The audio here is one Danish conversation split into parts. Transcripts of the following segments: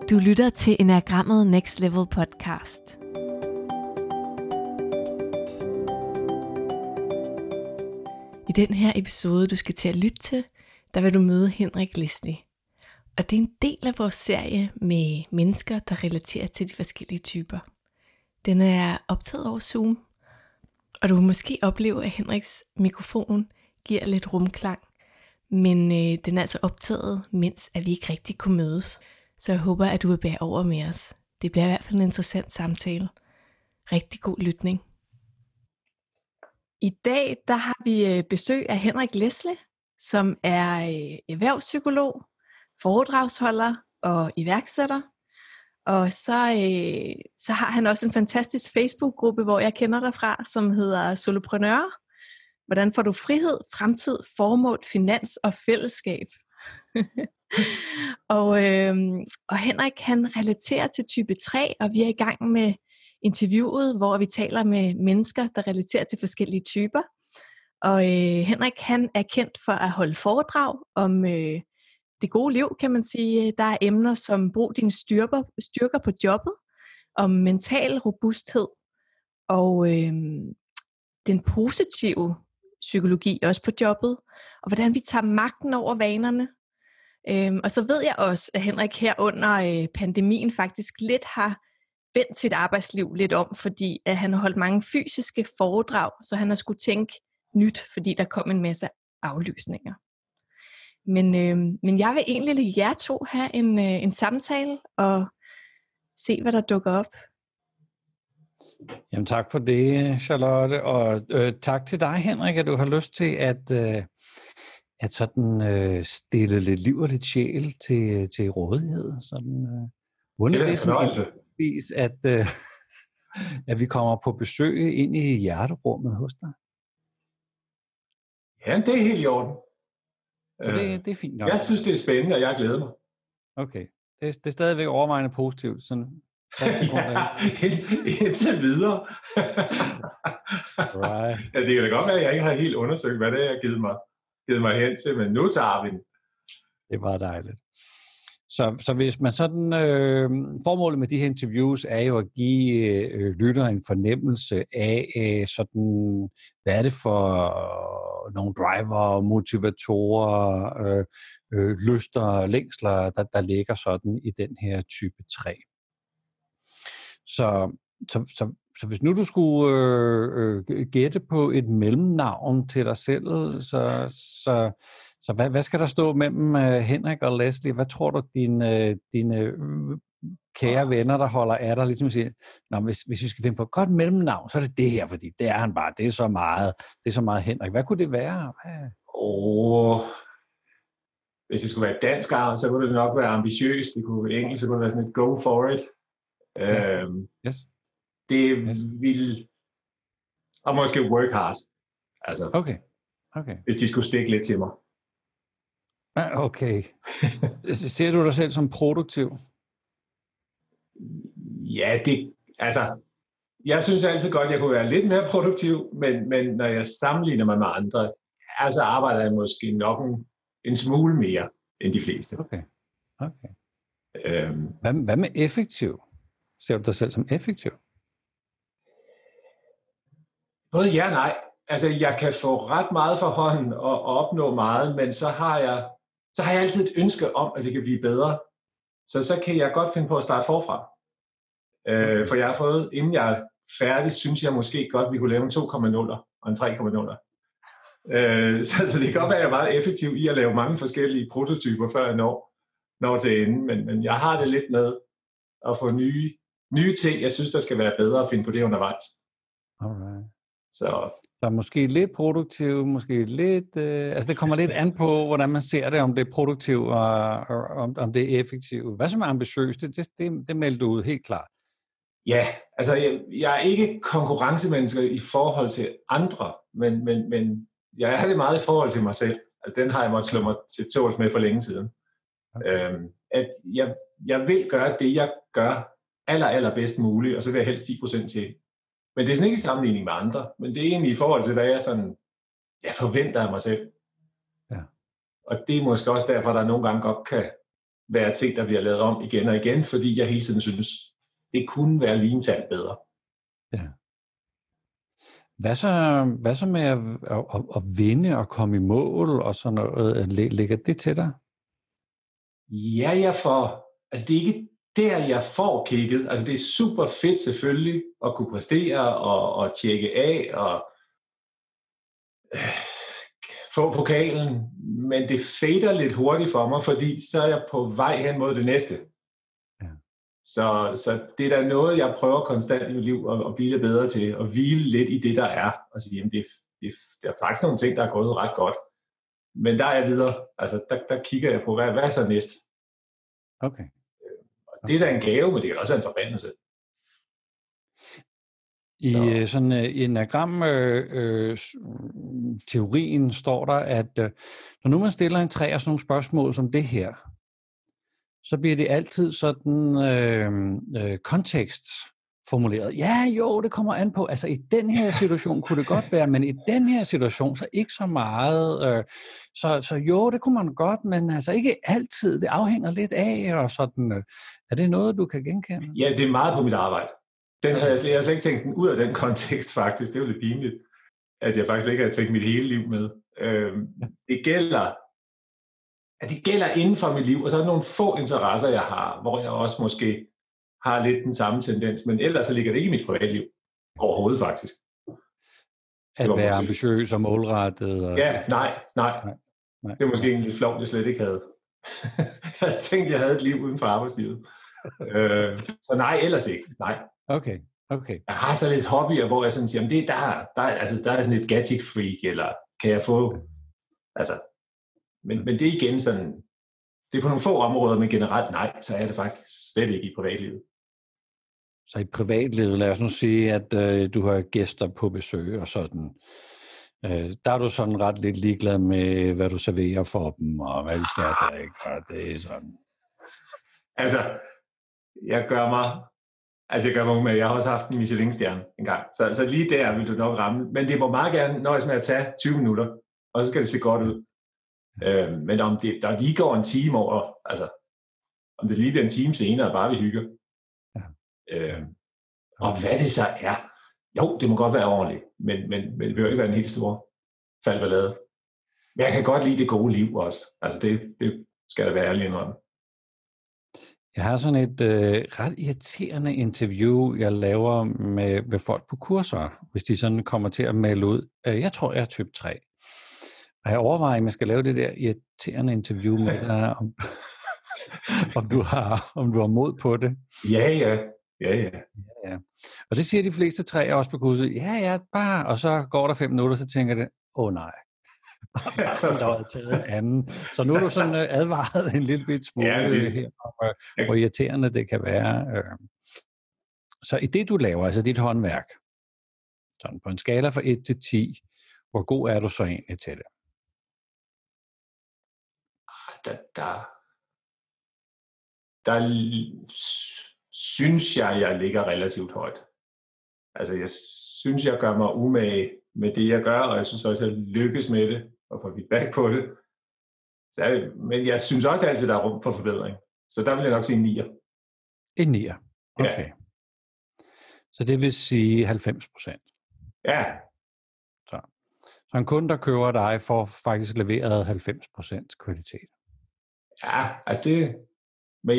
Du lytter til Enagrammet Next Level podcast. I den her episode, du skal til at lytte til, der vil du møde Henrik Leslie. Og det er en del af vores serie med mennesker, der relaterer til de forskellige typer. Den er optaget over Zoom, og du vil måske opleve, at Henriks mikrofon giver lidt rumklang. Men den er altså optaget, mens at vi ikke rigtig kunne mødes. Så jeg håber, at du vil bære over med os. Det bliver i hvert fald en interessant samtale. Rigtig god lytning. I dag der har vi besøg af Henrik Leslie, som er erhvervspsykolog, foredragsholder og iværksætter. Og så har han også en fantastisk Facebook-gruppe, hvor jeg kender dig fra, som hedder Soloprenører. Hvordan får du frihed, fremtid, formål, finans og fællesskab? og Henrik han relaterer til type 3, og vi er i gang med interviewet, hvor vi taler med mennesker, der relaterer til forskellige typer. Og Henrik han er kendt for at holde foredrag om det gode liv, kan man sige. Der er emner som brug dine styrker på jobbet, om mental robusthed og den positive psykologi også på jobbet, og hvordan vi tager magten over vanerne. Og så ved jeg også, at Henrik her under pandemien faktisk lidt har vendt sit arbejdsliv lidt om, fordi at han har holdt mange fysiske foredrag, så han har skulle tænke nyt, fordi der kom en masse aflysninger. Men jeg vil egentlig lade jer to have en samtale og se, hvad der dukker op. Jamen tak for det, Charlotte, og tak til dig, Henrik, at du har lyst til at sådan stille lidt liv og lidt sjæl til rådighed. Sådan, det er sådan vis, at vi kommer på besøg ind i hjerterummet hos dig. Ja, det er helt i orden. Så det er fint nok. Jeg synes, det er spændende, og jeg glæder mig. Okay, det er stadigvæk overvejende positivt. Sådan 60 sekunder. Ja, indtil videre. Right. Ja, det kan da godt være, at jeg ikke har helt undersøgt, hvad det er, jeg har givet mig hen til, men nu tager vi den. Det var dejligt. Så hvis man sådan, formålet med de her interviews er jo at give lyttere en fornemmelse af sådan, hvad er det for nogle driver, motivatorer, lyster, længsler, der ligger sådan i den her type 3. Så hvis nu du skulle gætte på et mellemnavn til dig selv, så hvad skal der stå mellem Henrik og Leslie? Hvad tror du, dine kære venner, der holder af dig, ligesom siger, hvis vi skal finde på et godt mellemnavn, så er det her, fordi det er han bare, det er så meget Henrik. Hvad kunne det være? Hvis det skulle være et dansk navn, så kunne det nok være ambitiøst. Det kunne være engelsk, så kunne det være sådan et go for it. Yes. Det vil... Og måske work hard. Altså, okay. Hvis de skulle stikke lidt til mig. Okay. Ser du dig selv som produktiv? Ja, jeg synes altid godt, at jeg kunne være lidt mere produktiv, men når jeg sammenligner mig med andre, så arbejder jeg måske nok en smule mere end de fleste. Okay. Hvad med effektiv? Ser du dig selv som effektiv? Både ja og nej. Altså, jeg kan få ret meget for hånden og opnå meget, men så har jeg altid et ønske om, at det kan blive bedre. Så kan jeg godt finde på at starte forfra. For jeg har fået, inden jeg er færdig, synes jeg måske godt, vi kunne lave en 2,0 og en 3,0. Så det kan godt være, at jeg er meget effektiv i at lave mange forskellige prototyper, før jeg når til enden. Men jeg har det lidt med at få nye ting, jeg synes, der skal være bedre at finde på det undervejs. Alright. Så måske lidt produktiv, måske lidt... det kommer lidt an på, hvordan man ser det, om det er produktivt og om det er effektivt. Hvad som er ambitiøst, det melder du ud helt klart. Ja, altså jeg er ikke konkurrencemenneske i forhold til andre, men jeg er det meget i forhold til mig selv. Altså, den har jeg måttet slå mig til tåls med for længe siden. Okay. At jeg vil gøre det, jeg gør allerbedst muligt, og så vil jeg helst 10% til. Men det er sådan ikke i sammenligning med andre, men det er egentlig i forhold til, hvad jeg forventer af mig selv. Ja. Og det er måske også derfor, der nogle gange godt være ting, der bliver lavet om igen og igen, fordi jeg hele tiden synes, det kunne være lige en tand bedre. Ja. Hvad så med at vinde og komme i mål og sådan noget? Ligger det til dig? Ja, altså det er ikke der, jeg får kicket. Altså det er super fedt selvfølgelig at kunne præstere og tjekke af og få pokalen, men det fader lidt hurtigt for mig, fordi så er jeg på vej hen mod det næste. Ja. Så det er da noget, jeg prøver konstant i mit liv at blive lidt bedre til, at hvile lidt i det, der er, og sige, jamen der er faktisk nogle ting, der er gået ret godt, men der er jeg videre. Altså der kigger jeg på, hvad er så næst? Okay. Det er da en gave, men det kan også være en forbandelse. I sådan enagram-teorien står der, at når nu man stiller en træer sådan nogle spørgsmål som det her, så bliver det altid sådan kontekstformuleret. Ja, jo, det kommer an på. Altså i den her situation kunne det godt være, men i den her situation så ikke så meget. Så jo, det kunne man godt, men altså ikke altid. Det afhænger lidt af, og sådan. Er det noget, du kan genkende? Ja, det er meget på mit arbejde. Jeg havde slet ikke tænkt den ud af den kontekst faktisk. Det er jo lidt pinligt, at jeg faktisk ikke har tænkt mit hele liv med. Det gælder inden for mit liv, og så er der nogle få interesser, jeg har, hvor jeg også måske har lidt den samme tendens, men ellers så ligger det ikke i mit privatliv overhovedet faktisk. At være ambitiøs og målrettet? Og... Ja, nej. Det er måske egentlig flovt, jeg slet ikke havde. Jeg tænkte, jeg havde et liv uden for arbejdslivet. Så nej, ellers ikke. Nej. Okay. Jeg har så lidt hobbyer, hvor jeg sådan siger, det der er sådan et gadget freak, eller kan jeg få, altså, men det er igen sådan, det er på nogle få områder, men generelt nej, så er det faktisk slet ikke i privatlivet. Så i privatlivet, lad os nu sige, at du har gæster på besøg og sådan, der er du sådan ret lidt ligeglad med, hvad du serverer for dem, og hvad de skal drikke, og det er sådan. Altså, jeg gør mig med, jeg har også haft en Michelin-stjerne en gang, så lige der vil du nok ramme, men det må meget gerne nøjes med at tage 20 minutter, og så skal det se godt ud. Men om der lige går en time over, altså om det lige bliver en time senere, bare vi hygger. Ja. Og hvad det så er, jo, det må godt være ordentligt, men det vil jo ikke være en helt stor faldballade. Men jeg kan godt lide det gode liv også, altså det skal der være ærlig indrømme. Jeg har sådan et ret irriterende interview, jeg laver med folk på kurser, hvis de sådan kommer til at melde ud. Jeg tror, jeg er type 3. Og jeg overvejer, om jeg skal lave det der irriterende interview med dig, om du har mod på det. Ja. Og det siger de fleste 3 også på kurset. Ja, bare. Og så går der 5 minutter, så tænker det, nej. Der var taget en anden. Så nu er du sådan advaret en lille bit smule her om, hvor irriterende det kan være. Så i det, du laver, altså dit håndværk, sådan på en skala fra 1 til 10, hvor god er du så egentlig til det? Der synes jeg ligger relativt højt. Altså jeg synes, jeg gør mig umage med det, jeg gør, og jeg synes også, jeg lykkes med det, og får feedback på det. Men jeg synes også altid, der er rum for forbedring. Så der vil jeg nok sige en 9'er. En 9'er? Okay. Ja. Så det vil sige 90%? Ja. Så en kunde, der køber dig, får faktisk leveret 90% kvalitet? Ja, altså det... Men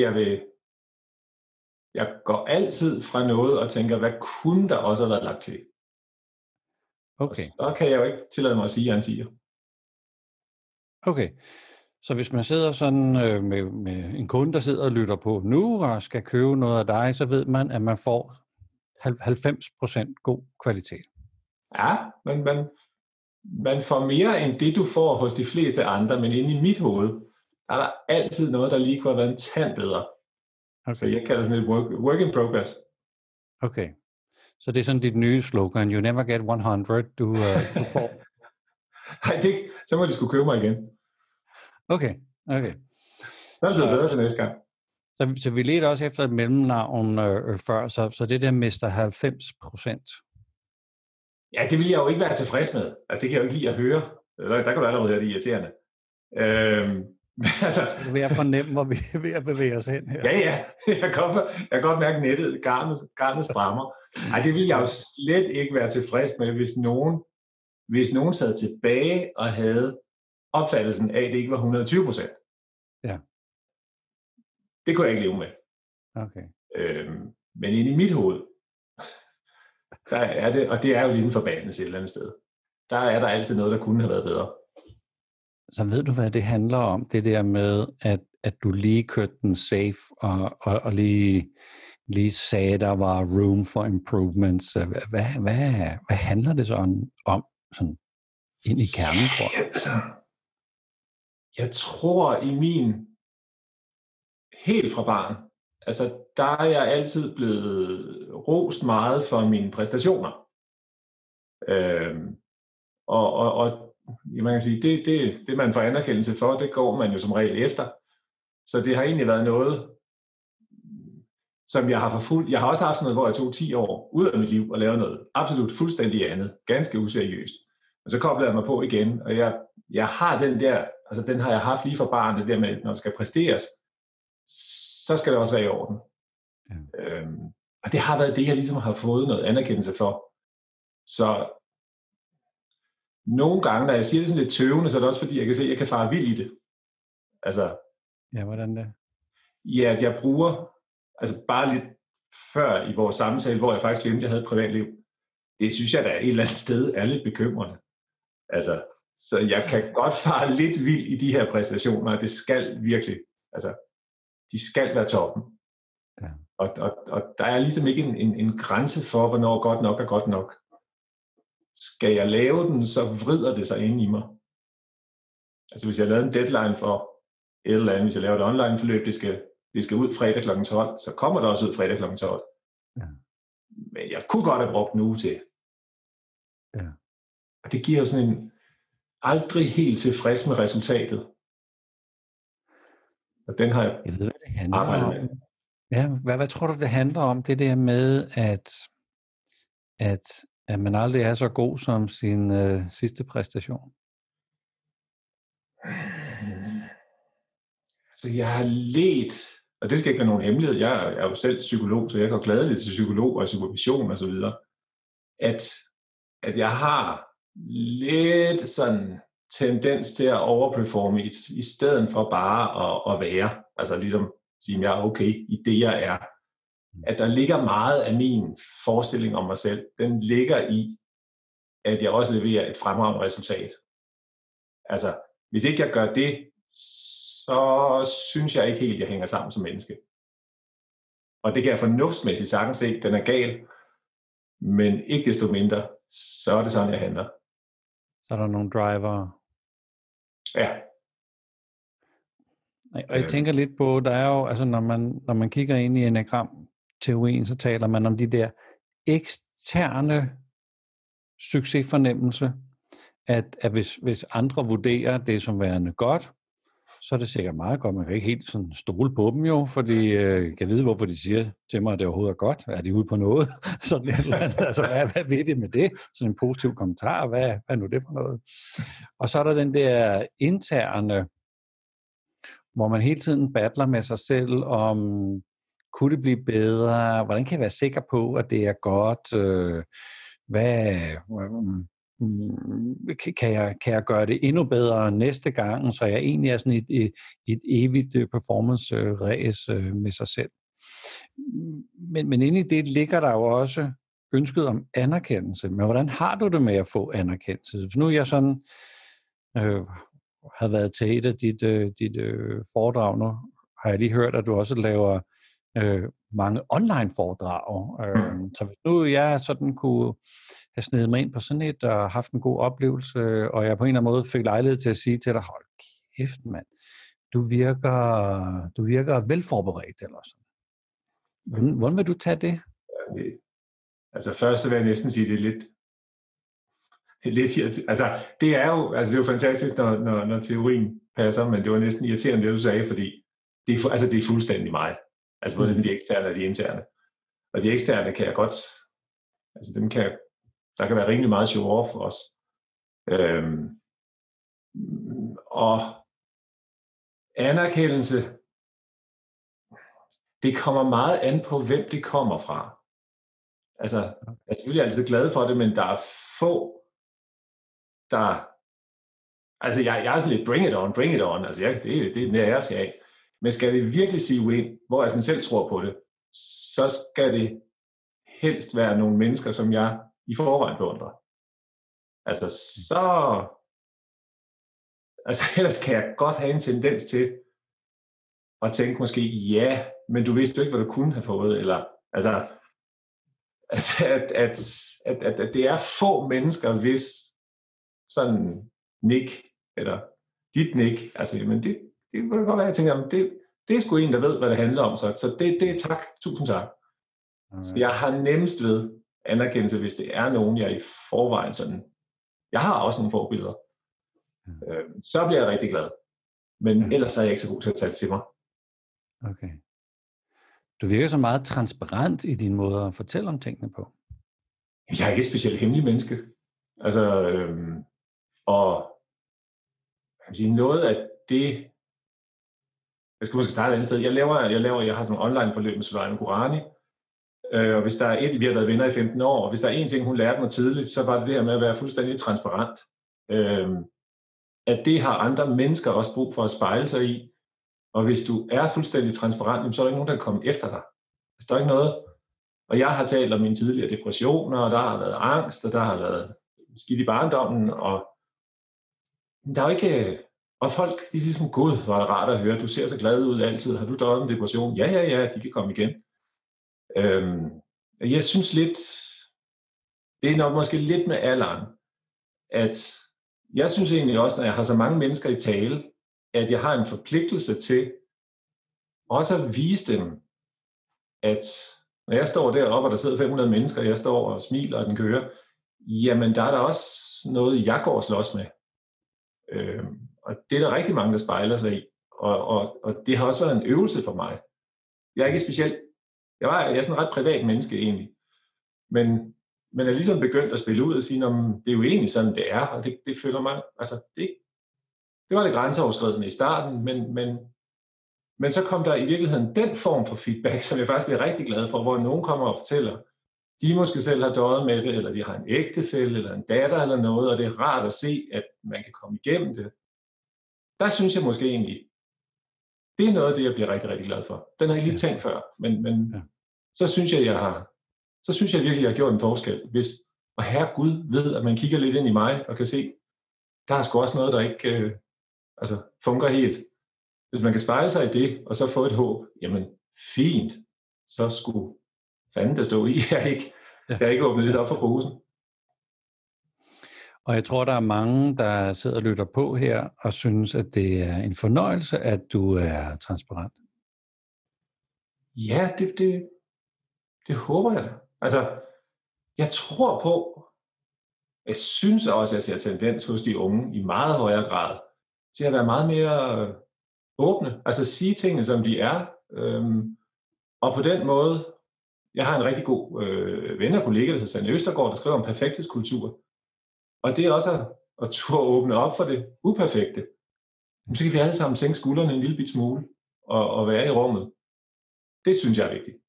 jeg går altid fra noget og tænker, hvad kunne der også have været lagt til? Okay. Og så kan jeg jo ikke tillade mig at sige, at jeg er en 10'er. Okay. Så hvis man sidder sådan med en kunde, der sidder og lytter på nu og skal købe noget af dig, så ved man, at man får 90% god kvalitet. Ja, men man får mere end det, du får hos de fleste andre, men inde i mit hoved, der er der altid noget, der lige kunne have været en tand bedre. Okay. Så jeg kalder sådan et work in progress. Okay. Så det er sådan dit nye slogan, you never get 100, du får. Nej, så må de skulle købe mig igen. Okay. Så er det blevet bedre til næste gang. Så vi ledte også efter et mellemnavn før, så det der mister 90%. Ja, det vil jeg jo ikke være tilfreds med. Altså det kan jeg jo ikke lide at høre. Der kan du allerede høre det irriterende. Altså, det er ved at fornemme, hvor vi er ved at bevæge os hen her. ja. Jeg kan godt mærke nettet, garnet strammer. Ej, det ville jeg jo slet ikke være tilfreds med, hvis nogen sad tilbage og havde opfattelsen af, at det ikke var 120%. Ja. Det kunne jeg ikke leve med. Okay. Men inde i mit hoved, der er det, og det er jo lidt en forbandelse et eller andet sted. Der er der altid noget, der kunne have været bedre. Så ved du, hvad det handler om? Det der med, at du lige kørte den safe, og lige sagde, der var room for improvements. Hvad handler det så om sådan ind i kernen, tror jeg? Altså, jeg tror i min helt fra barn, altså der er jeg altid blevet rost meget for mine præstationer. Og man kan sige, det man får anerkendelse for, det går man jo som regel efter. Så det har egentlig været noget, som jeg har forfulgt. Jeg har også haft sådan noget, hvor jeg tog 10 år ud af mit liv og lavede noget absolut fuldstændig andet, ganske useriøst. Og så koblede jeg mig på igen, og jeg har den der, altså den har jeg haft lige fra barnet, der med, når det skal præsteres, så skal det også være i orden. Ja. Og det har været det, jeg ligesom har fået noget anerkendelse for. Så nogle gange, når jeg siger det sådan lidt tøvende, så er det også fordi, jeg kan se, at jeg kan fare vild i det. Altså, ja, hvordan det? Ja, at jeg bruger, altså bare lidt før i vores samtale, hvor jeg faktisk glemte, at jeg havde et privatliv, det synes jeg, der et eller andet sted er lidt bekymrende. Altså, så jeg kan godt fare lidt vild i de her præstationer, og det skal virkelig, altså, de skal være toppen. Ja. Og der er ligesom ikke en grænse for, hvornår godt nok er godt nok. Skal jeg lave den, så vrider det sig ind i mig. Altså hvis jeg lavede en deadline for et eller andet, hvis jeg laver et online forløb, det skal ud fredag kl. 12, så kommer det også ud fredag kl. 12. Ja. Men jeg kunne godt have brugt en uge til. Ja. Og det giver jo sådan en aldrig helt tilfreds med resultatet. Og den har jeg ved, hvad det handler arbejdet om. med. Ja, hvad tror du, det handler om? Det der med, at man aldrig er så god som sin sidste præstation? Så jeg har ledt, og det skal ikke være nogen hemmelighed, jeg er jo selv psykolog, så jeg går gladeligt til psykolog og supervision og så videre, at jeg har lidt sådan tendens til at overperforme i stedet for bare at være, altså ligesom sige, at jeg er okay i det, jeg er. At der ligger meget af min forestilling om mig selv, den ligger i, at jeg også leverer et fremragende resultat. Altså, hvis ikke jeg gør det, så synes jeg ikke helt, jeg hænger sammen som menneske. Og det kan jeg fornuftsmæssigt sagtens se, den er gal, men ikke desto mindre, så er det sådan, jeg handler. Så er der nogle driver. Ja. Og jeg tænker lidt på, der er jo, altså når man kigger ind i enagramteorien, så taler man om de der eksterne succesfornemmelse, at hvis andre vurderer det som værende godt, så er det sikkert meget godt. Man kan ikke helt sådan stole på dem jo, fordi jeg ved, hvorfor de siger til mig, at det overhovedet er godt. Er de ude på noget? Sådan et eller andet. Altså, hvad ved de med det? Sådan en positiv kommentar. Hvad er nu det for noget? Og så er der den der interne, hvor man hele tiden battler med sig selv om, kunne det blive bedre? Hvordan kan jeg være sikker på, at det er godt? Kan jeg gøre det endnu bedre næste gang, så jeg egentlig er sådan et evigt performance-ræs med sig selv. Men inde i det ligger der jo også ønsket om anerkendelse. Men hvordan har du det med at få anerkendelse? For nu er jeg sådan, har været til et af dit foredrag nu, har jeg lige hørt, at du også laver mange online foredrag. Så hvis nu jeg sådan kunne have snedet mig ind på sådan et og haft en god oplevelse, og jeg på en eller anden måde fik lejlighed til at sige til dig, hold kæft mand, du virker velforberedt eller sådan. Hvordan vil du tage det? Altså først så vil jeg næsten sige, det er lidt altså det er jo fantastisk, når teorien passer, men det var næsten irriterende det du sagde, fordi det er fuldstændig mig. Altså både de eksterne og de interne. Og de eksterne kan jeg godt, altså der kan være rimelig meget show-off for os. Og Anerkendelse, det kommer meget an på, hvem det kommer fra. Altså, jeg er selvfølgelig altid glad for det, men der er få, der... Altså, jeg er sådan lidt bring it on. Altså, det er mere, jeg skal af. Men skal det virkelig sige win, hvor jeg sådan selv tror på det, så skal det helst være nogle mennesker, som jeg i forvejen beundrer. Altså, ellers kan jeg godt have en tendens til at tænke måske, ja, men du vidste jo ikke, hvad du kunne have fået, eller at det er få mennesker, hvis sådan nik, eller dit nik, altså, men det kunne godt være, jeg tænker, det er sgu en, der ved, hvad det handler om, så det er tak, tusind tak. Så jeg har nemmest ved anerkendelse, hvis det er nogen, jeg i forvejen sådan, jeg har også nogle forbilleder, så bliver jeg rigtig glad, men ellers er jeg ikke så god til at tage det til mig. Okay. Du virker så meget transparent i din måde at fortælle om tingene på. Jeg er ikke et specielt hemmelig menneske. Altså, og jeg vil sige, noget af det, jeg skal måske starte et andet sted. Jeg har sådan nogle online forløb med Suleima Gourani, og hvis der er vi har været venner i 15 år, og hvis der er en ting, hun lærte mig tidligt, så var det her med at være fuldstændig transparent. At det har andre mennesker også brug for at spejle sig i, og hvis du er fuldstændig transparent, så er der ikke nogen, der kan komme efter dig. Altså, der er ikke noget. Og jeg har talt om mine tidligere depressioner, og der har været angst, og der har været skidt i barndommen, og der er ikke... Og folk, de er ligesom, gud, hvor er det rart at høre, du ser så glad ud altid, har du døjet med depression? Ja, de kan komme igen. Jeg synes lidt, det er nok måske lidt med alderen, at jeg synes egentlig også, når jeg har så mange mennesker i tale, at jeg har en forpligtelse til også at vise dem, at når jeg står deroppe, og der sidder 500 mennesker, og jeg står og smiler, og den kører, jamen der er der også noget, jeg går og slås med. Og det er der rigtig mange, der spejler sig i. Og det har også været en øvelse for mig. Jeg er ikke specielt... Jeg er sådan et ret privat menneske egentlig. Men er ligesom begyndt at spille ud og sige, det er jo egentlig sådan, det er. Og det føler mig... Altså, det var lidt grænseoverskridende i starten, men så kom der i virkeligheden den form for feedback, som jeg faktisk bliver rigtig glad for, hvor nogen kommer og fortæller, de måske selv har døjet med det, eller de har en ægtefælle, eller en datter, eller noget, og det er rart at se, at man kan komme igennem det. Der synes jeg måske egentlig, det er noget af det, jeg bliver rigtig, rigtig glad for. Den har jeg ikke lige tænkt før, men så synes jeg, virkelig, jeg har gjort en forskel. Og herre Gud ved, at man kigger lidt ind i mig, og kan se, der er sgu også noget, der ikke fungerer helt. Hvis man kan spejle sig i det, og så få et håb, jamen fint, så skulle fanden der stå i, jeg har ikke åbnet lidt op for posen. Og jeg tror, der er mange, der sidder og lytter på her, og synes, at det er en fornøjelse, at du er transparent. Ja, det håber jeg da. Altså, jeg tror på, jeg synes også, at jeg ser tendens hos de unge i meget højere grad, til at være meget mere åbne, altså sige tingene, som de er, og på den måde, jeg har en rigtig god ven og kollega, der hedder Sanne Østergaard, der skriver om perfekthedskultur, og det er også at turde åbne op for det uperfekte. Så kan vi alle sammen sænke skuldrene en lille bit smule, og være i rummet. Det synes jeg er vigtigt.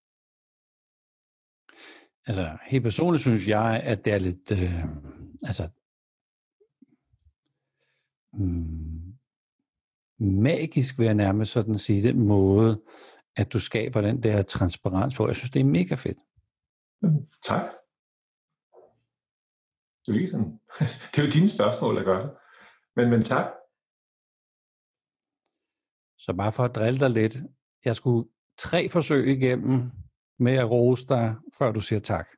Altså, helt personligt synes jeg, at det er lidt, magisk, vil jeg nærmest sådan sige, den måde, at du skaber den der transparens på. Jeg synes, det er mega fedt. Tak. Det er jo ikke sådan. Det er jo dine spørgsmål, at gøre det. Men tak. Så bare for at drille dig lidt. Jeg skulle 3 forsøg igennem med at rose dig, før du siger tak.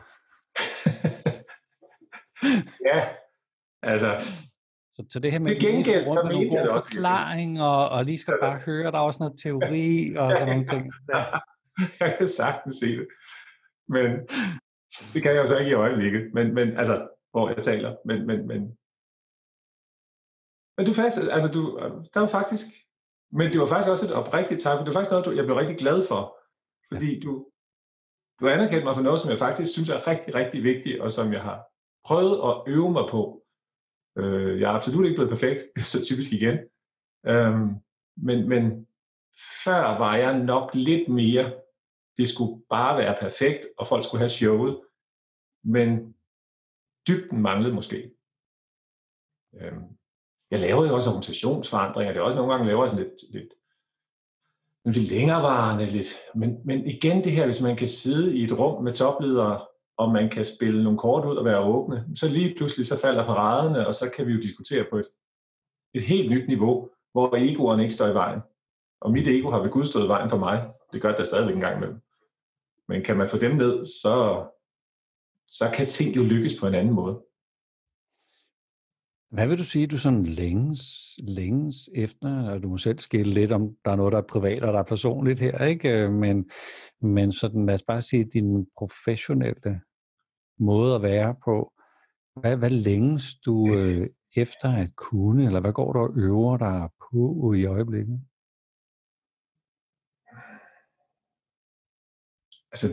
Ja, altså... Så det her med, at lige skal rundt med nogle gode forklaringer, og lige skal bare høre, der er også noget teori og sådan nogle ting. Ja. Jeg kan sagtens se det. Men det kan jeg jo så ikke i øjeblikket. Men altså, hvor jeg taler. Men du faktisk, altså der var faktisk, men det var faktisk også et oprigtigt tak, for det var faktisk noget, jeg blev rigtig glad for. Fordi du anerkendte mig for noget, som jeg faktisk synes er rigtig, rigtig vigtigt, og som jeg har prøvet at øve mig på. Jeg er absolut ikke blevet perfekt, så typisk igen. Men før var jeg nok lidt mere, det skulle bare være perfekt, og folk skulle have showet, men dybden manglede måske. Jeg laver jo også organisationsforandringer, det er også nogle gange laver jeg sådan lidt længerevarende, men igen det her, hvis man kan sidde i et rum med topledere, og man kan spille nogle kort ud og være åbne, så lige pludselig så falder paraderne, og så kan vi jo diskutere på et helt nyt niveau, hvor egoerne ikke står i vejen. Og mit ego har ved Gud stået i vejen for mig. Det gør det stadigvæk en gang imellem. Men kan man få dem ned, så kan ting jo lykkes på en anden måde. Hvad vil du sige, du sådan længes efter? Og du må selv skille lidt om, der er noget, der er privat og der er personligt her, ikke? Men sådan, lad os bare sige, din professionelle måde at være på. Hvad længes du efter at kunne, eller hvad går du og øver dig på i øjeblikket? Altså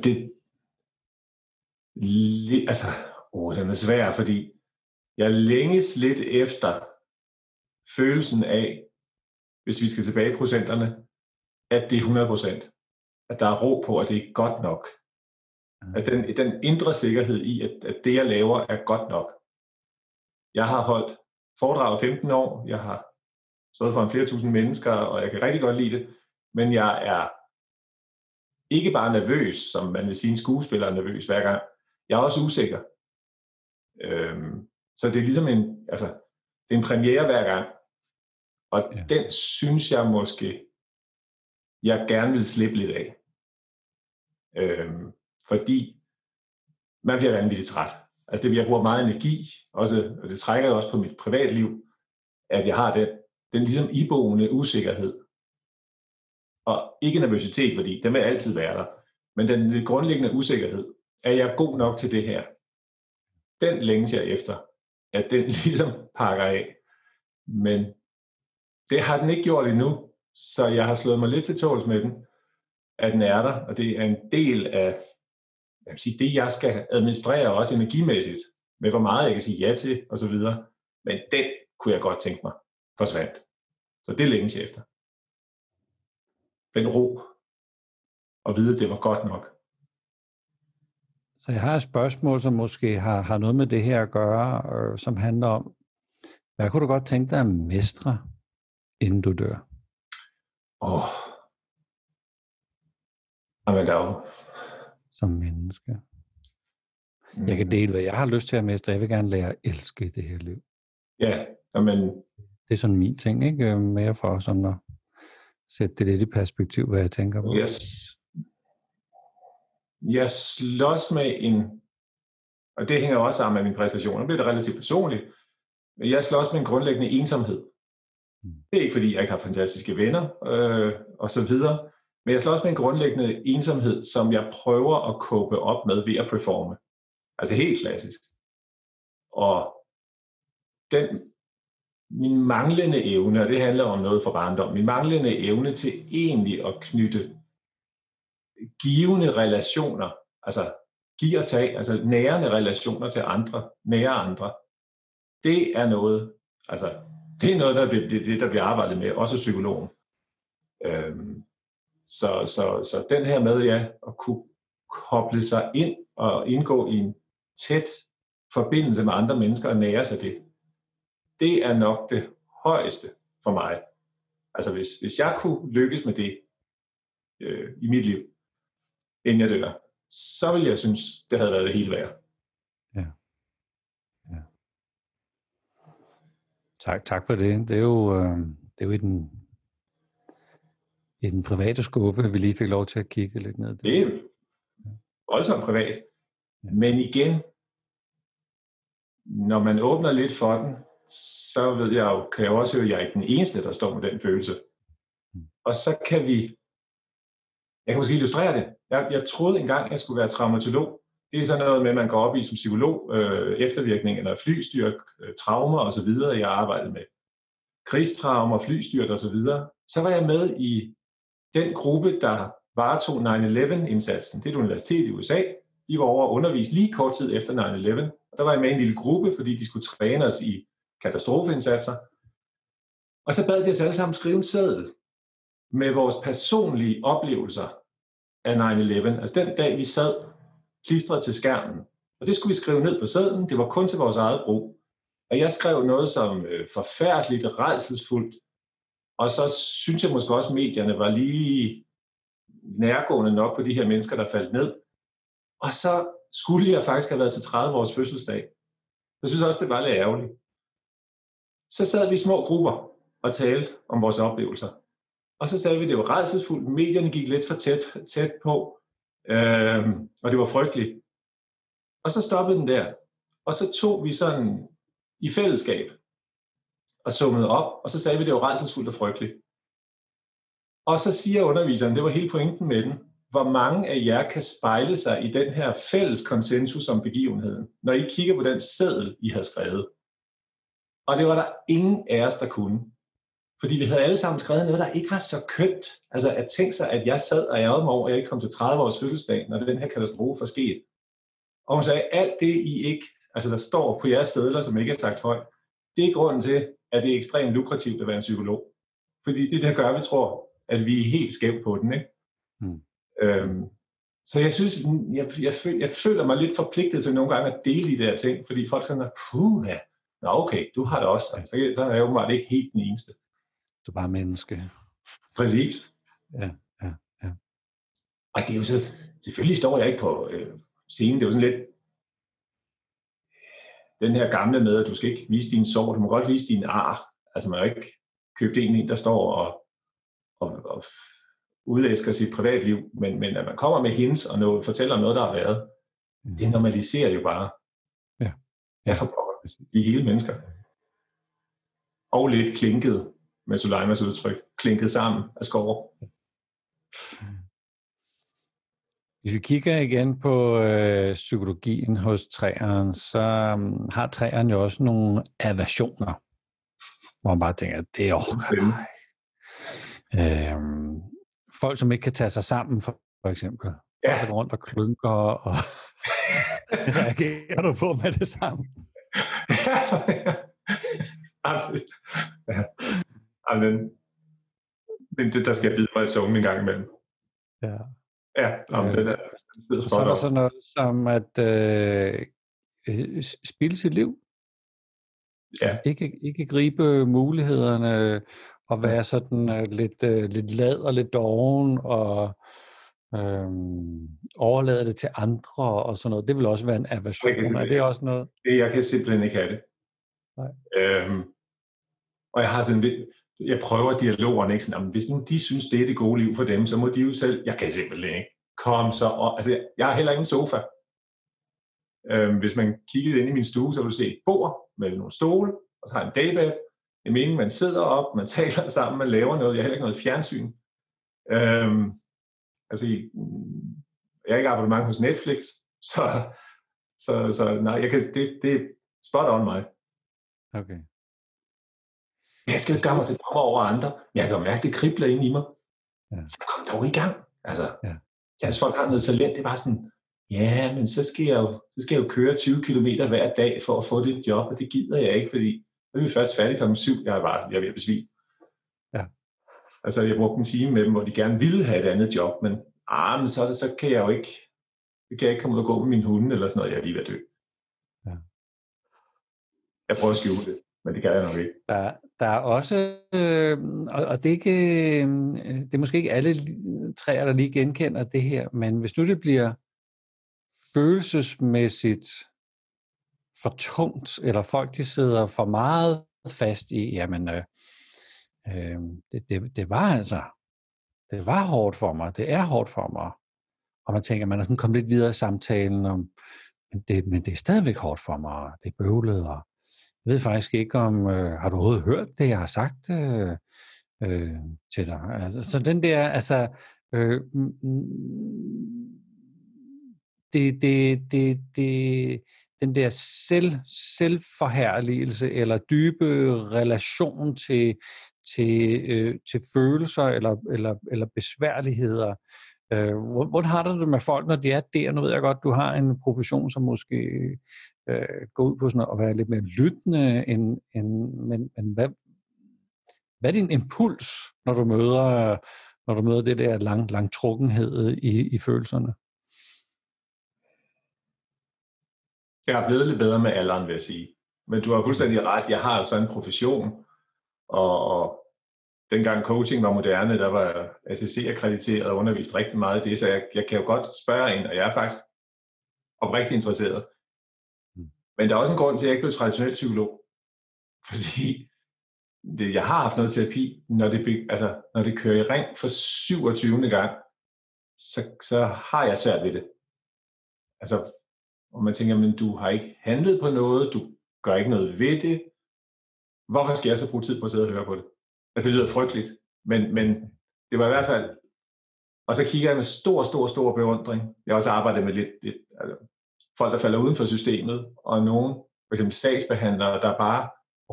den er svær, fordi jeg længes lidt efter følelsen af, hvis vi skal tilbage i procenterne, at det er 100%. At der er ro på, at det er godt nok. Altså den indre sikkerhed i, at det jeg laver er godt nok. Jeg har holdt foredrag i 15 år, jeg har stået for flere tusind mennesker, og jeg kan rigtig godt lide det, men jeg er ikke bare nervøs, som man vil sige en skuespiller er nervøs hver gang. Jeg er også usikker. Så det er ligesom det er en premiere hver gang. Og den synes jeg måske, jeg gerne vil slippe lidt af. Fordi man bliver vanvittigt træt. Altså jeg bruger meget energi, også, og det trækker jo også på mit privatliv, at jeg har den ligesom iboende usikkerhed. Og ikke nervøsitet, fordi den vil altid være der. Men den lidt grundlæggende usikkerhed, er jeg god nok til det her? Den længes jeg efter, at den ligesom pakker af. Men det har den ikke gjort endnu, så jeg har slået mig lidt til tåls med den, at den er der, og det er en del af det, jeg skal administrere også energimæssigt, med hvor meget jeg kan sige ja til, osv. Men den kunne jeg godt tænke mig forsvandt. Så det længes jeg efter. Den ro, og vide, at det var godt nok. Så jeg har et spørgsmål, som måske har noget med det her at gøre, som handler om, hvad kunne du godt tænke dig at mestre, inden du dør? Jamen der er jo... Som menneske. Jeg kan dele, hvad jeg har lyst til at mestre. Jeg vil gerne lære at elske det her liv. Ja, men... Det er sådan min ting, ikke? Mere for sådan at sætte det lidt i perspektiv, hvad jeg tænker på. Yes. Jeg slås med og det hænger også sammen med min præstation, det bliver det relativt personligt, men jeg slås med en grundlæggende ensomhed. Det er ikke fordi, jeg ikke har fantastiske venner og så videre, men jeg slås med en grundlæggende ensomhed, som jeg prøver at cope op med ved at performe. Altså helt klassisk. Og min manglende evne, og det handler om noget for barndom, min manglende evne til egentlig at knytte givende relationer, altså give og tage, altså nærende relationer til andre, nære andre, det er noget, der bliver arbejdet med, også psykologen. Så den her med, at kunne koble sig ind og indgå i en tæt forbindelse med andre mennesker og nære sig det er nok det højeste for mig. Altså hvis jeg kunne lykkes med det i mit liv, inden jeg dør, så ville jeg synes, det havde været det hele værd. Ja. Tak for det. Det er jo i den private skuffe, vi lige fik lov til at kigge lidt ned. Det er jo voldsomt privat. Men igen, når man åbner lidt for den, så kan jeg også høre, at jeg er ikke den eneste, der står med den følelse. Og så kan jeg kan måske illustrere det. Jeg troede engang, at jeg skulle være traumatolog. Det er sådan noget med, at man går op i som psykolog, eftervirkninger af flystyrt, traumer osv. Jeg arbejdede med krigstraumer, flystyrt osv. Så var jeg med i den gruppe, der varetog 9/11-indsatsen. Det er et universitet i USA. De var over at undervise lige kort tid efter 9/11. Og der var jeg med i en lille gruppe, fordi de skulle træne os i katastrofeindsatser. Og så bad de os alle sammen skrive en seddel. med vores personlige oplevelser af 9/11. Altså den dag, vi sad klistret til skærmen. Og det skulle vi skrive ned på sedlen. Det var kun til vores eget brug. Og jeg skrev noget som forfærdeligt, rædselsfuldt. Og så synes jeg måske også, at medierne var lige nærgående nok på de her mennesker, der faldt ned. Og så skulle jeg faktisk have været til 30 års fødselsdag. Jeg synes også, det var lidt ærgerligt. Så sad vi i små grupper og talte om vores oplevelser. Og så sagde vi, at det var rædselsfuldt. Medierne gik lidt for tæt på. Og det var frygteligt. Og så stoppede den der. Og så tog vi sådan i fællesskab og summede op. Og så sagde vi, at det var rædselsfuldt og frygteligt. Og så siger underviseren, det var hele pointen med den, hvor mange af jer kan spejle sig i den her fælles konsensus om begivenheden, når I kigger på den seddel, I har skrevet. Og det var der ingen af os, der kunne. Fordi vi havde alle sammen skrevet noget, der ikke var så kønt. Altså at tænke sig, at jeg sad og ærgede mig over, at jeg ikke kom til 30 års fødselsdag, når den her katastrofe var sket. Og hun sagde, alt det I ikke, altså der står på jeres sedler, som ikke er sagt højt, det er grunden til, at det er ekstremt lukrativt at være en psykolog. Fordi det der gør, vi tror, at vi er helt skævt på den, ikke? Så jeg synes, jeg føler mig lidt forpligtet til nogle gange at dele de der ting, fordi folk siger, puha, nå okay, du har det også, så er jeg åbenbart ikke helt den eneste. Du er bare menneske. Præcis. Ja. Og det er jo så, selvfølgelig står jeg ikke på scenen, det er jo sådan lidt den her gamle med, at du skal ikke vise dine sår, du må godt vise dine ar. Altså man har ikke købt en, der står og udlæsker sit privatliv, men at man kommer med hints og fortæller om noget, der har været, det normaliserer jo bare. Ja. Jeg forpårer de hele mennesker. Og lidt klinket med Suleimas udtryk, klinket sammen af skår. Hvis vi kigger igen på psykologien hos træeren, så har træeren jo også nogle aversioner, hvor man bare tænker, at det er folk, som ikke kan tage sig sammen, for eksempel. Ja. Folk, der går rundt og klynker, og reagerer du på med det samme? Men det, der skal jeg bide mig i tungen en gang imellem. Ja. Ja, det der. Så er der sådan noget som at spilde sit liv. Ja. Ikke gribe mulighederne og være sådan lidt lad og lidt doven og overlade det til andre og sådan noget. Det vil også være en aversion. Er det også noget? Jeg kan simpelthen ikke have det. Nej. Og jeg har sådan lidt, jeg prøver dialogerne, ikke sådan, hvis nu de synes, det er det gode liv for dem, så må de jo selv, jeg kan simpelthen ikke. Kom så, altså jeg har heller ingen sofa. Hvis man kiggede ind i min stue, så vil du se et bord med nogle stole, og så har en daybed. Det er meningen, man sidder op, man taler sammen, man laver noget. Jeg har heller ikke noget fjernsyn. Altså, jeg har ikke abonnement hos Netflix, så nej, det er spot on mig. Okay. Jeg skal jo skamme mig til dommer over andre, men jeg kan jo mærke, det kribler inde i mig. Ja. Så kom dog i gang. Altså, ja. Hvis folk har noget talent, det er bare sådan, ja, men så skal jeg jo køre 20 km hver dag for at få det job, og det gider jeg ikke, fordi så er vi først færdige kl. 7, jeg er ved at besvige. Ja. Altså, jeg brugte en time med dem, hvor de gerne ville have et andet job, men så kan jeg jo ikke, det kan jeg ikke komme ud og gå med min hunde, eller sådan noget, jeg er lige ved at dø. Ja. Jeg prøver at skjule det, men det kan jeg nok ikke. Der er også, og det er ikke, det er måske ikke alle træer, der lige genkender det her, men hvis nu det bliver følelsesmæssigt for tungt, eller folk de sidder for meget fast i, jamen det var altså, det var hårdt for mig, det er hårdt for mig, og man tænker, man er sådan kommet lidt videre i samtalen om, men det er stadigvæk hårdt for mig, det er bøvlet, og jeg ved faktisk ikke om, har du overhovedet hørt det, jeg har sagt til dig? Altså, så den der, altså, den der selvforherligelse eller dybe relation til følelser eller besværligheder. Hvordan har du det med folk, når de er der? Nu ved jeg godt, du har en profession, som måske går ud på sådan at være lidt mere lyttende, men hvad er din impuls, når du møder det der langtrukkenhed i følelserne? Jeg er blevet lidt bedre med alderen, vil jeg sige. Men du har fuldstændig ret. Jeg har jo sådan en profession, og dengang coaching var moderne, der var ACC-akkrediteret og undervist rigtig meget i det, så jeg kan jo godt spørge en, og jeg er faktisk oprigtigt interesseret. Men der er også en grund til, at jeg ikke blev traditionel psykolog. Fordi jeg har haft noget terapi, når det kører i ring for 27. gang, så har jeg svært ved det. Altså, og man tænker, men du har ikke handlet på noget, du gør ikke noget ved det. Hvorfor skal jeg så bruge tid på at sidde og høre på det? Altså, det lyder frygteligt, men det var i hvert fald. Og så kigger jeg med stor beundring. Jeg har også arbejdet med lidt folk, der falder uden for systemet, og nogen, for eksempel sagsbehandlere, der bare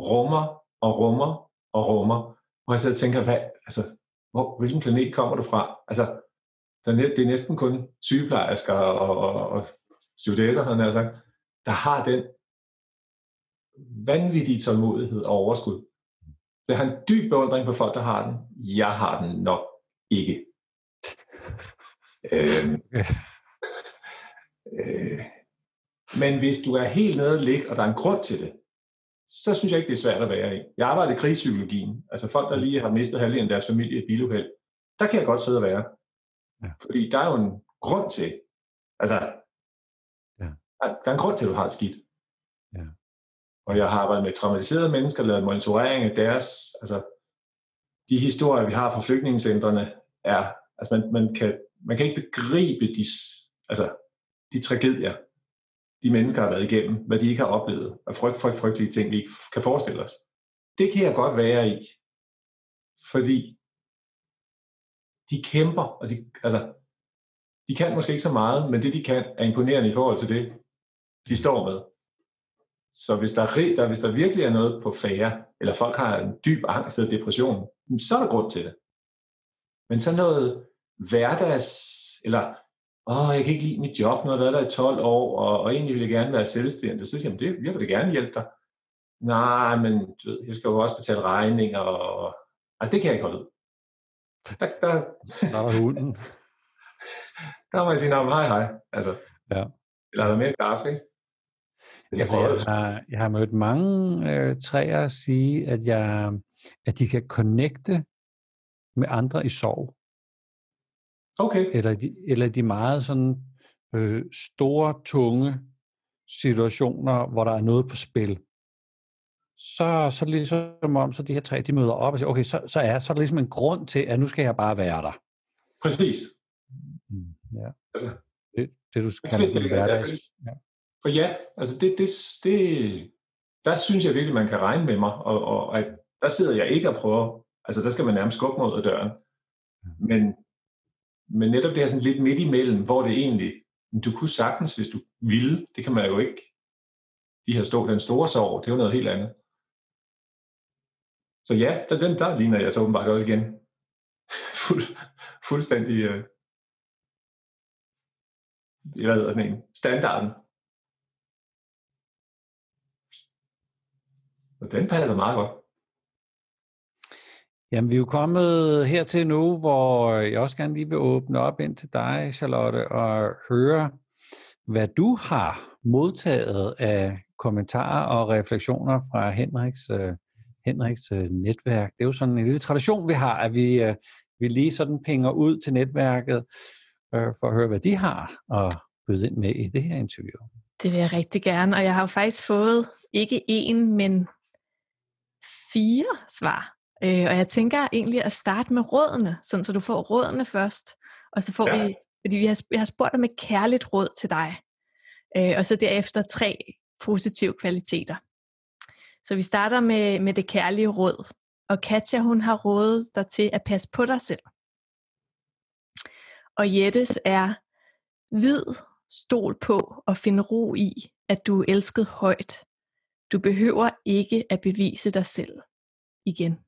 rummer. Og jeg så tænker, hvilken planet kommer du fra? Altså, det er næsten kun sygeplejersker og stewardesser, havde jeg sagt, der har den vanvittige tålmodighed og overskud. Så jeg har en dyb beundring på folk, der har den. Jeg har den nok ikke. Men hvis du er helt nede og ligge, og der er en grund til det, så synes jeg ikke, det er svært at være i. Jeg arbejder i krigspsykologien. Altså folk, der lige har mistet halvdelen af deres familie i et biluheld. Der kan jeg godt sidde og være. Ja. Fordi der er jo en grund til. Altså, der er en grund til, at du har det skidt. Ja. Og jeg har arbejdet med traumatiserede mennesker, lavet monitorering af deres, altså de historier, vi har fra flygtningecentrene, er, altså man kan ikke begribe de tragedier, de mennesker har været igennem, hvad de ikke har oplevet, og frygtelige ting, vi ikke kan forestille os. Det kan jeg godt være i, fordi de kæmper, og de kan måske ikke så meget, men det de kan er imponerende i forhold til det, de står med. Så hvis der virkelig er noget på færre, eller folk har en dyb angst eller depression, så er der grund til det. Men så noget hverdags, eller jeg kan ikke lide mit job, nu har jeg været der i 12 år, og egentlig vil jeg gerne være selvstændig. Så siger jeg, jeg vil da gerne hjælpe dig. Nej, men jeg skal jo også betale regninger, og det kan jeg ikke holde ud. Der var hunden. Der må jeg sige, hej. Altså, ja. Eller er der mere kaffe, ikke? Jeg har mødt mange træer sige, at de kan connecte med andre i sorg. Okay. Eller de meget sådan store, tunge situationer, hvor der er noget på spil. Så ligesom om, så de her tre, de møder op og siger, okay, så er der ligesom en grund til, at nu skal jeg bare være der. Præcis. Ja. Altså, det du kalder for hverdags. Ja. For altså der synes jeg virkelig, man kan regne med mig, og at der sidder jeg ikke og prøver, altså der skal man nærmest skubbe mod døren. Men netop det her sådan lidt midt imellem, hvor det egentlig, du kunne sagtens, hvis du ville, det kan man jo ikke, den store sorg, det er jo noget helt andet. Så ja, der ligner jeg så åbenbart også igen. Fuldstændig, hvad hedder sådan en, standarden. Og den passer meget godt. Jamen, vi er jo kommet hertil nu, hvor jeg også gerne lige vil åbne op ind til dig, Charlotte, og høre, hvad du har modtaget af kommentarer og refleksioner fra Henriks netværk. Det er jo sådan en lille tradition, vi har, at vi lige sådan pinger ud til netværket for at høre, hvad de har at byde ind med i det her interview. Det vil jeg rigtig gerne, og jeg har jo faktisk fået ikke 1, men 4 svar. Og jeg tænker egentlig at starte med rådene, sådan så du får rådene først, og så får vi, fordi jeg har spurgt om et kærligt råd til dig, og så derefter 3 positive kvaliteter. Så vi starter med det kærlige råd, og Katja, hun har rådet dig til at passe på dig selv. Og Jettes er, stol på og finde ro i, at du er elsket højt. Du behøver ikke at bevise dig selv igen.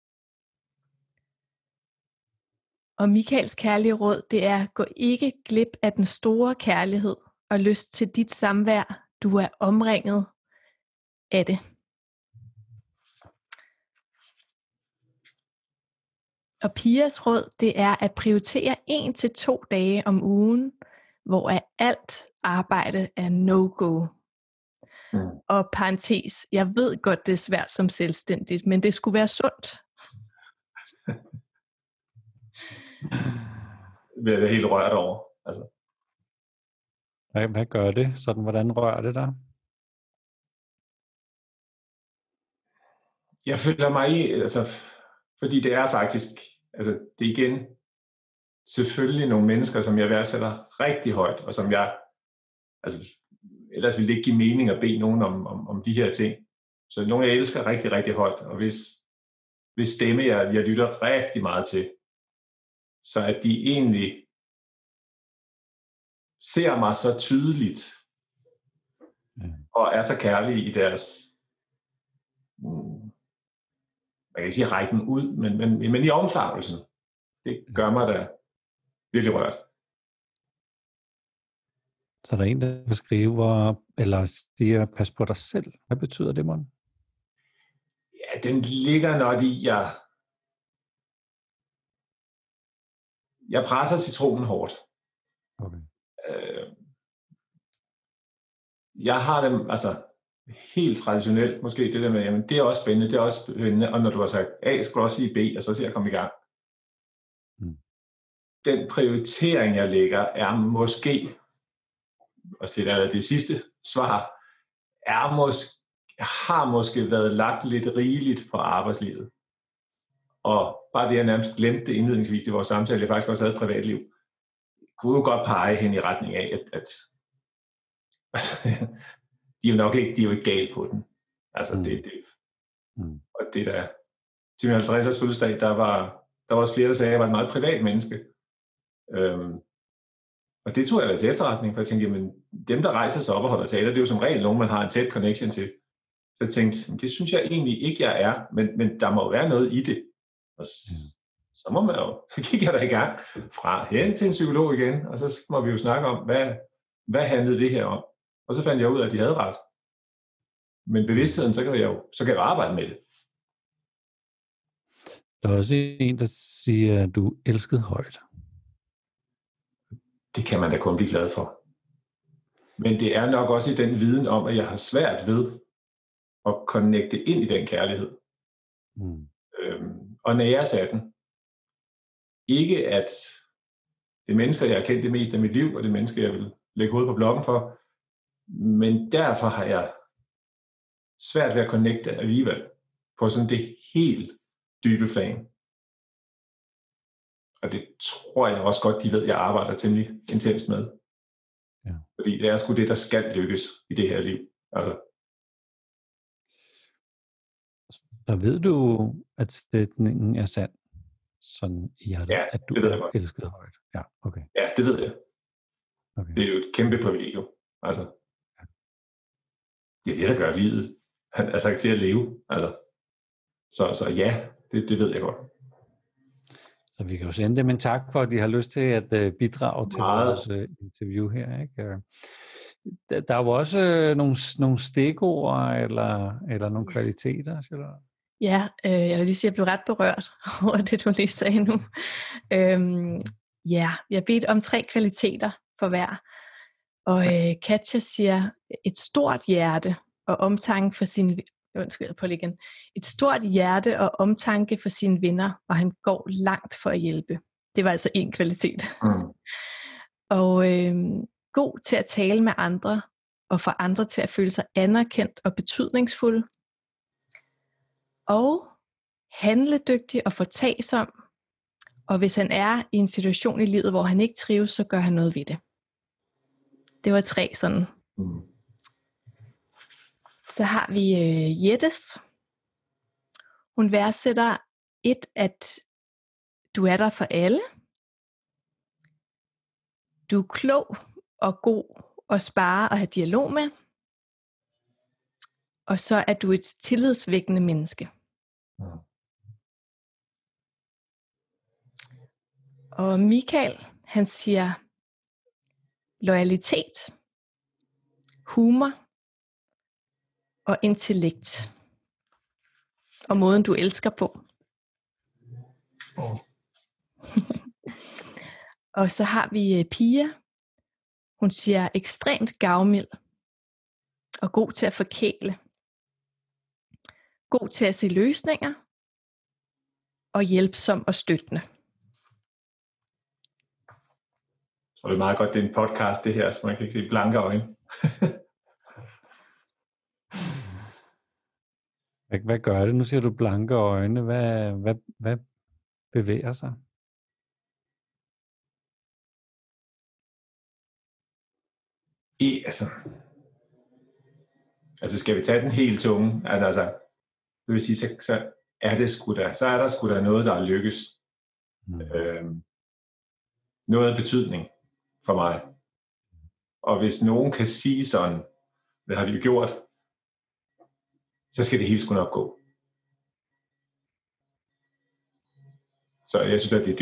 Og Michaels kærlige råd, det er, gå ikke glip af den store kærlighed og lyst til dit samvær. Du er omringet af det. Og Pias råd, det er at prioritere 1 til 2 dage om ugen, hvor alt arbejde er no-go. Og parentes, jeg ved godt, det er svært som selvstændigt, men det skulle være sundt. Det er helt rørt over. Altså. Hvad gør det? Sådan, hvordan rører det dig? Jeg føler mig i, altså, fordi det er faktisk, altså det er igen selvfølgelig nogle mennesker, som jeg værdsætter rigtig højt, og som jeg, altså ellers ville det ikke give mening at bede nogen om de her ting. Så nogle jeg elsker rigtig, rigtig højt, og hvis stemme jeg lytter rigtig meget til, så at de egentlig ser mig så tydeligt, og er så kærlige i deres, man kan ikke sige rækken ud, men i omfavnelsen, det gør mig da virkelig rørt. Så der er en, der skriver, eller siger, pas på dig selv. Hvad betyder det, Mon? Ja, den ligger nok i, jeg presser citronen hårdt. Okay. Jeg har dem, altså helt traditionelt måske, det der med, jamen det er også spændende, det er også spændende, og når du har sagt A, skal du også sige B, og så skal jeg komme i gang. Den prioritering, jeg lægger, er måske, også lidt af det sidste svar, har måske været lagt lidt rigeligt på arbejdslivet. Og bare det, jeg nærmest glemte det indledningsvis i vores samtale, jeg faktisk også havde et privatliv, kunne jo godt pege hen i retning af, at de er jo ikke galt på den. Altså og det der, til min 50-års fødselsdag, der var også flere, der sagde, at jeg var et meget privat menneske. Og det tog jeg da til efterretning, for jeg tænkte, jamen dem, der rejser sig op og holder taler, det er jo som regel nogen, man har en tæt connection til. Så jeg tænkte, det synes jeg egentlig ikke, jeg er, men der må jo være noget i det. Og så gik jeg da i gang fra hen til en psykolog igen, og så må vi jo snakke om, hvad handlede det her om? Og så fandt jeg ud af, at de havde ret. Men bevidstheden, så kan jeg jo arbejde med det. Der er også en, der siger, at du elskede højt. Det kan man da kun blive glad for. Men det er nok også i den viden om, at jeg har svært ved at connecte ind i den kærlighed. Og næres af den. Ikke at det mennesker, jeg har kendt det meste af mit liv, og det mennesker, jeg vil lægge hovedet på bloggen for, men derfor har jeg svært ved at connecte alligevel på sådan det helt dybe plan. Og det tror jeg også godt, de ved, jeg arbejder temmelig intenst med. Ja. Fordi det er sgu det, der skal lykkes i det her liv. Altså. Så ved du, at sætningen er sand? Sådan i hjertet, ja, at du er elsket højt? Ja, okay. Ja, det ved jeg. Okay. Det er jo et kæmpe privilegium. Altså. Det er det, der gør livet. Han er sagt til at leve. Altså. Så ja, det ved jeg godt. Så vi kan jo sende dem en tak for, at de har lyst til at bidrage til vores interview her. Ikke? Der er jo også nogle stikord eller nogle kvaliteter, Charlotte. Ja, jeg vil lige sige, at jeg blev ret berørt over det, du lige sagde nu. Ja, jeg har bedt om 3 kvaliteter for hver. Og Katja siger, et stort hjerte og omtanke for sine et stort hjerte og omtanke for sine venner, og han går langt for at hjælpe. Det var altså en kvalitet. Og god til at tale med andre, og få andre til at føle sig anerkendt og betydningsfulde. Og handledygtig og fortagsom. Og hvis han er i en situation i livet, hvor han ikke trives, så gør han noget ved det. Det var 3 sådan. Så har vi Jettes. Hun værdsætter at du er der for alle. Du er klog og god at spare og have dialog med. Og så er du et tillidsvækkende menneske. Og Michael, han siger loyalitet, humor og intellekt. Og måden du elsker på. Og så har vi Pia. Hun siger ekstremt gavmild og god til at forkæle. God til at se løsninger og hjælpsom og støttende. Og det er meget godt, det er en podcast det her, så man kan ikke se blanke øjne. Hvad gør det? Nu siger du blanke øjne. Hvad bevæger sig? Altså skal vi tage den helt tunge? Altså, det vil sige, så er der sgu da noget, der er lykkes. Noget af betydning for mig. Og hvis nogen kan sige sådan, det har de jo gjort, så skal det hele sgu nok gå. Så jeg synes, at det er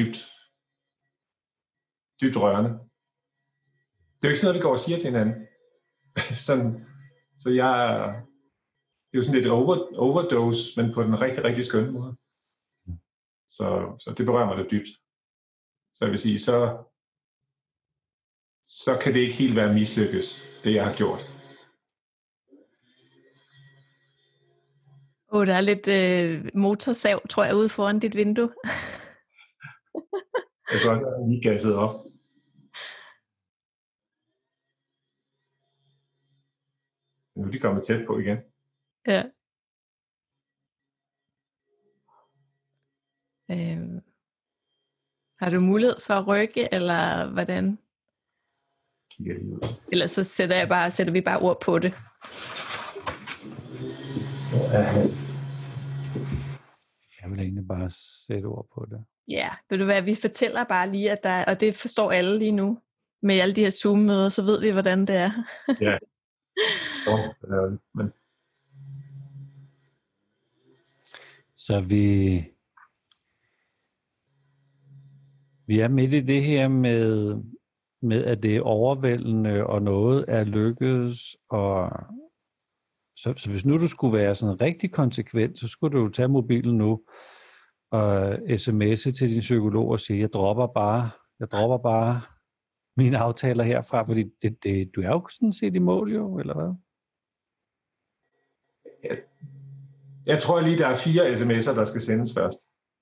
dybt rørende. Det er jo ikke sådan noget, vi går og siger til hinanden. Sådan, så det er jo sådan lidt overdose, men på den rigtig, rigtig skønne måde. Så det berører mig lidt dybt. Så jeg vil sige, så kan det ikke helt være mislykkes, det jeg har gjort. Der er lidt motorsav, tror jeg, ude foran dit vindue. Jeg kan godt lige gasset op. Nu er de kommet tæt på igen. Ja. Har du mulighed for at rykke, eller hvordan? Kigger lige ud. Eller så sætter vi bare ord på det. Jeg vil egentlig bare sætte ord på det. Ja, ved du hvad, vi fortæller bare lige, at der, og det forstår alle lige nu, med alle de her Zoom-møder, så ved vi, hvordan det er. Ja. Men... Så vi er midt i det her med at det er overvældende, og noget er lykkedes, og så hvis nu du skulle være sådan rigtig konsekvent, så skulle du tage mobilen nu og sms'e til din psykolog og sige, jeg dropper bare mine aftaler herfra, fordi du er jo sådan set i mål jo, eller hvad? Jeg tror lige, der er 4 sms'er, der skal sendes først.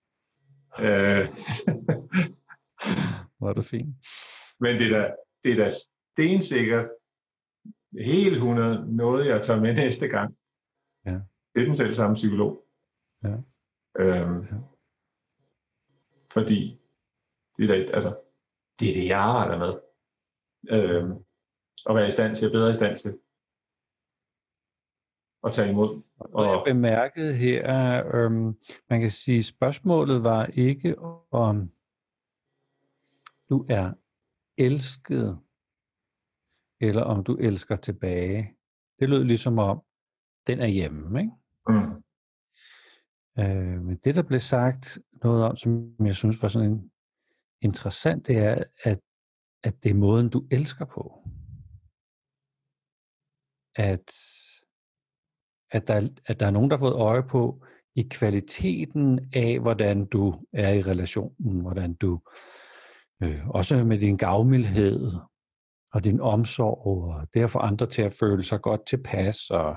Hvor er det fint. Men det er da stensikkert, helt 100, noget jeg tager med næste gang. Ja. Det er den selv samme psykolog. Ja. Fordi det er det, jeg arbejder med. At være bedre i stand til at tage imod. Og jeg bemærkede her, man kan sige, spørgsmålet var ikke om du er elsket, eller om du elsker tilbage. Det lød ligesom om, den er hjemme, ikke? Mm. Men det, der blev sagt noget om, som jeg synes var sådan interessant, det er, at det er måden, du elsker på. At der er nogen, der har fået øje på i kvaliteten af, hvordan du er i relationen, hvordan du også med din gavmildhed og din omsorg, og det at få andre til at føle sig godt tilpas, og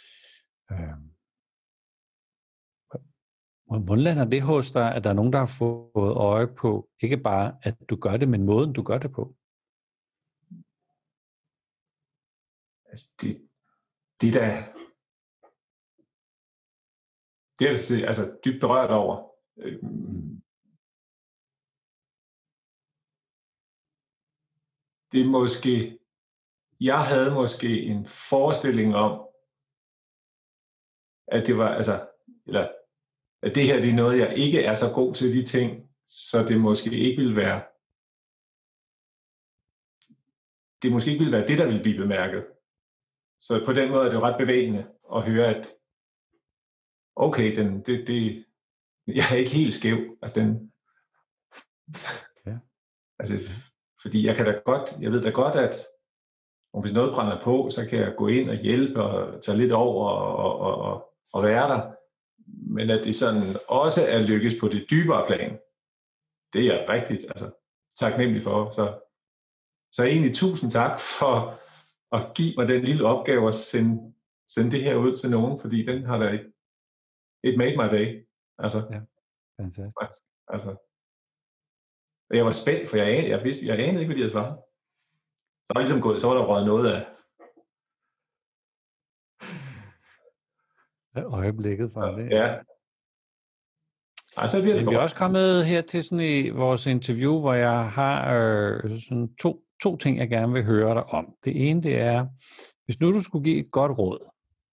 hvordan lander det hos dig, at der er nogen, der har fået øje på, ikke bare at du gør det, men måden du gør det på? Altså det er altså dybt berørt over. Det er måske, jeg havde måske en forestilling om, at det var, eller at det her det er noget, jeg ikke er så god til de ting, så det måske ikke vil være, det der vil blive bemærket. Så på den måde er det jo ret bevægende at høre, at okay, jeg er ikke helt skæv. Fordi jeg ved da godt, at hvis noget brænder på, så kan jeg gå ind og hjælpe og tage lidt over og være der. Men at det sådan også er lykkes på det dybere plan, det er jeg rigtig taknemmelig for. Så egentlig tusind tak for at give mig den lille opgave at sende det her ud til nogen, fordi den har da it made my day. Ja, fantastisk. Jeg var spændt, for jeg anede ikke, hvad de havde svaret. Så var ligesom gået, så var der røget noget af øjeblikket fra det. Ja. Altså, vi er også kommet her til sådan i vores interview, hvor jeg har sådan to ting, jeg gerne vil høre dig om. Det ene, det er, hvis nu du skulle give et godt råd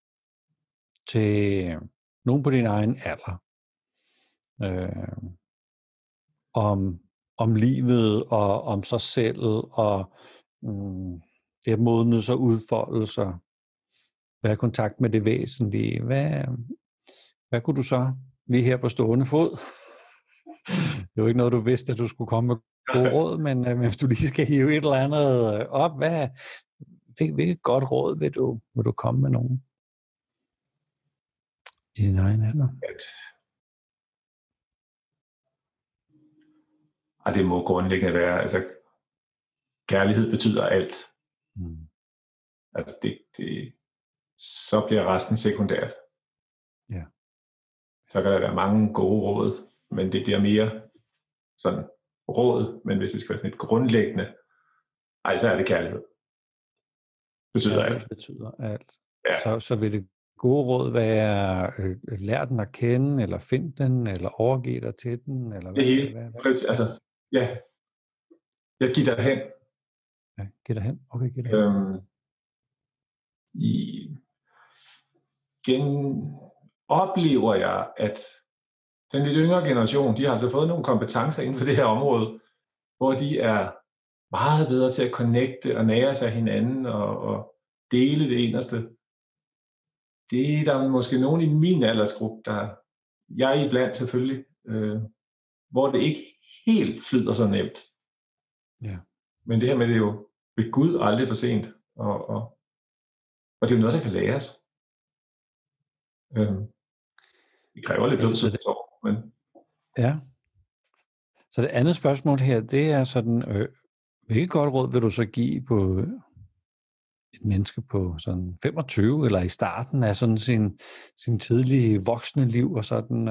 til nogen på din egen alder, om livet og om sig selv og det at modnes og udfoldelser, være i kontakt med det væsentlige. Hvad kunne du så lige her på stående fod? Det er jo ikke noget, du vidste, at du skulle komme med gode råd, men hvis du lige skal hive et eller andet op, hvilket godt råd vil du komme med nogen i din egen alder? Det må grundlæggende være, kærlighed betyder alt. Så bliver resten sekundært. Ja. Så kan der være mange gode råd, men det bliver mere sådan råd, men hvis det skal være sådan et grundlæggende, så er det kærlighed. Betyder alt. Betyder alt. Ja. Så vil det gode råd være lær den at kende, eller find den, eller overgive dig til den, eller det hele. Ja. Jeg giver dig hen. Ja, giv dig hen. Okay, giv dig hen. Oplever jeg, at den lidt yngre generation, de har fået nogle kompetencer inden for det her område, hvor de er meget bedre til at connecte og nære sig af hinanden og dele det inderste. Det er der måske nogen i min aldersgruppe, jeg er iblandt selvfølgelig, hvor det ikke helt flyder så nemt. Ja. Men det her med det er jo ved Gud aldrig for sent, og det er jo noget, der kan læres. Det kræver lidt død, men... Ja. Så det andet spørgsmål her, det er sådan, hvilket godt råd vil du så give på et menneske på sådan 25, eller i starten af sådan sin tidlige voksne liv, og sådan,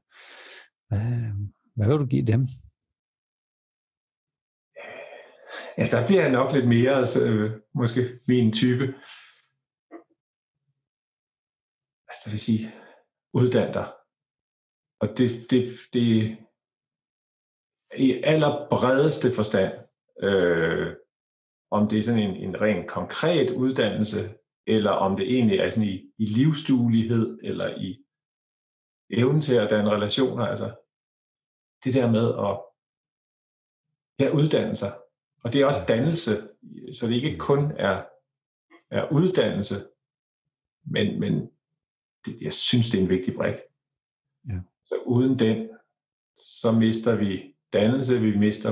hvad vil du give dem? Ja, der bliver jeg nok lidt mere, måske min type. Det vil sige, uddan dig. Og det i allerbredeste forstand, om det er sådan en ren konkret uddannelse, eller om det egentlig er sådan i livsduelighed, eller i evnen til at danne relationer, det der med at uddanne sig. Og det er også dannelse, så det ikke kun er uddannelse, men jeg synes, det er en vigtig brik. Ja. Så uden den, så mister vi dannelse, vi mister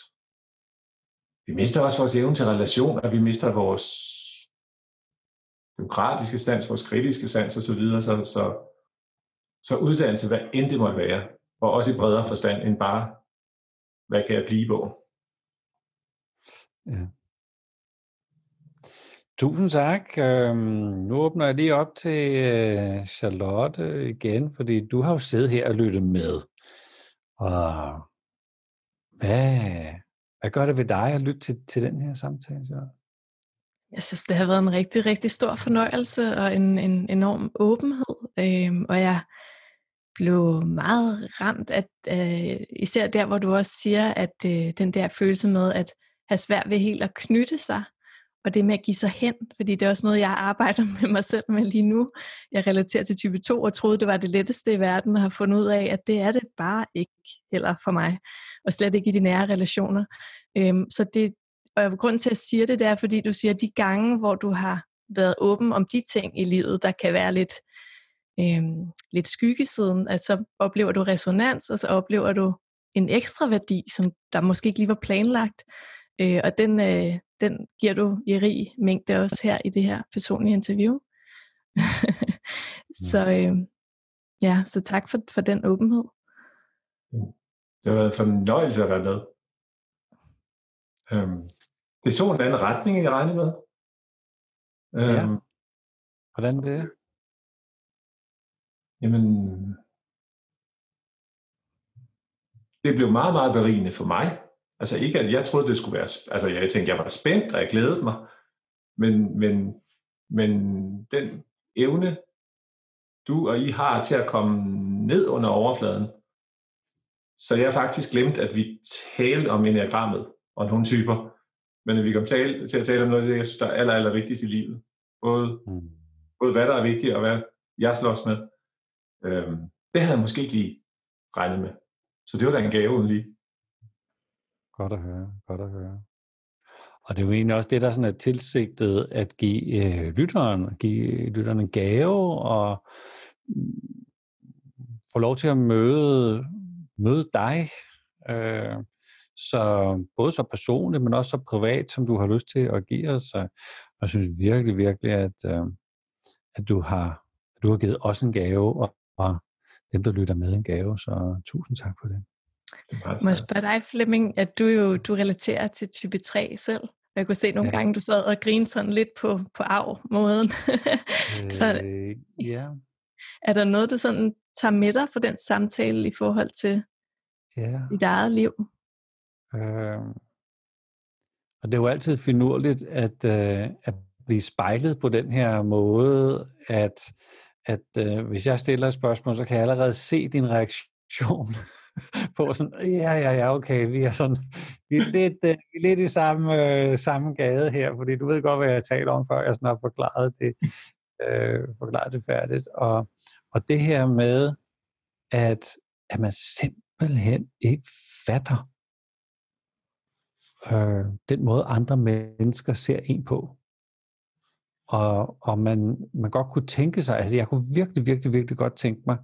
også vores evne til relationer, vi mister vores demokratiske sans, vores kritiske sans osv. Så uddannelse, hvad end det måtte være, og også i bredere forstand end bare, hvad kan jeg blive på? Ja. Tusind tak. Nu åbner jeg lige op til Charlotte igen, fordi du har jo siddet her og lyttet med. Og hvad gør det ved dig at lytte til den her samtale, Charlotte? Jeg synes, det har været en rigtig, rigtig stor fornøjelse og en enorm åbenhed. Og jeg blev meget ramt af, især der, hvor du også siger, at den der følelse med at have svært ved helt at knytte sig, og det med at give sig hen, fordi det er også noget, jeg arbejder med mig selv med lige nu. Jeg relaterer til type 2 og troede, det var det letteste i verden, og har fundet ud af, at det er det bare ikke heller for mig, og slet ikke i de nære relationer. Og grunden til at sige det, er, fordi du siger, at de gange, hvor du har været åben om de ting i livet, der kan være lidt skyggesiden, at så oplever du resonans, og så oplever du en ekstra værdi, som der måske ikke lige var planlagt. Og den giver du i rig mængde også her i det her personlige interview. Så tak for den åbenhed. Det har været en fornøjelse at være med. Det tog en anden retning, end jeg regnede med. Ja. Hvordan det? Jamen, det blev meget, meget berigende for mig. Altså ikke, at jeg troede, det skulle være... Altså jeg tænkte, jeg var spændt, og jeg glædede mig. Men den evne, du og I har til at komme ned under overfladen, så jeg faktisk glemt, at vi talte om enneagrammet og nogle typer. Men at vi kom til at tale om noget af det, jeg synes, der er aller vigtigst i livet. Både hvad der er vigtigt, og hvad jeg slås med. Det havde jeg måske ikke lige regnet med. Så det var da en gave uden lige. Godt at høre. Og det er jo egentlig også det, der sådan er tilsigtet at give lytteren en gave, og få lov til at møde dig. Så både så personligt, men også så privat, som du har lyst til at give os. Og jeg synes virkelig, at du har givet os en gave, og dem, der lytter med, en gave. Så tusind tak for det. Må jeg spørge dig, Flemming, at du relaterer til type 3 selv? Jeg kunne se nogle gange, du sad og grinede sådan lidt på arv-måden. Ja. Er der noget, du sådan tager med dig for den samtale i forhold til dit eget liv? Og det er jo altid finurligt at blive spejlet på den her måde, at hvis jeg stiller et spørgsmål, så kan jeg allerede se din reaktion på sådan, ja, okay, vi er lidt i samme gade her, fordi du ved godt, hvad jeg taler om, før jeg sådan har forklaret det færdigt. Og det her med, at man simpelthen ikke fatter den måde, andre mennesker ser en på. Og man godt kunne tænke sig, altså jeg kunne virkelig godt tænke mig,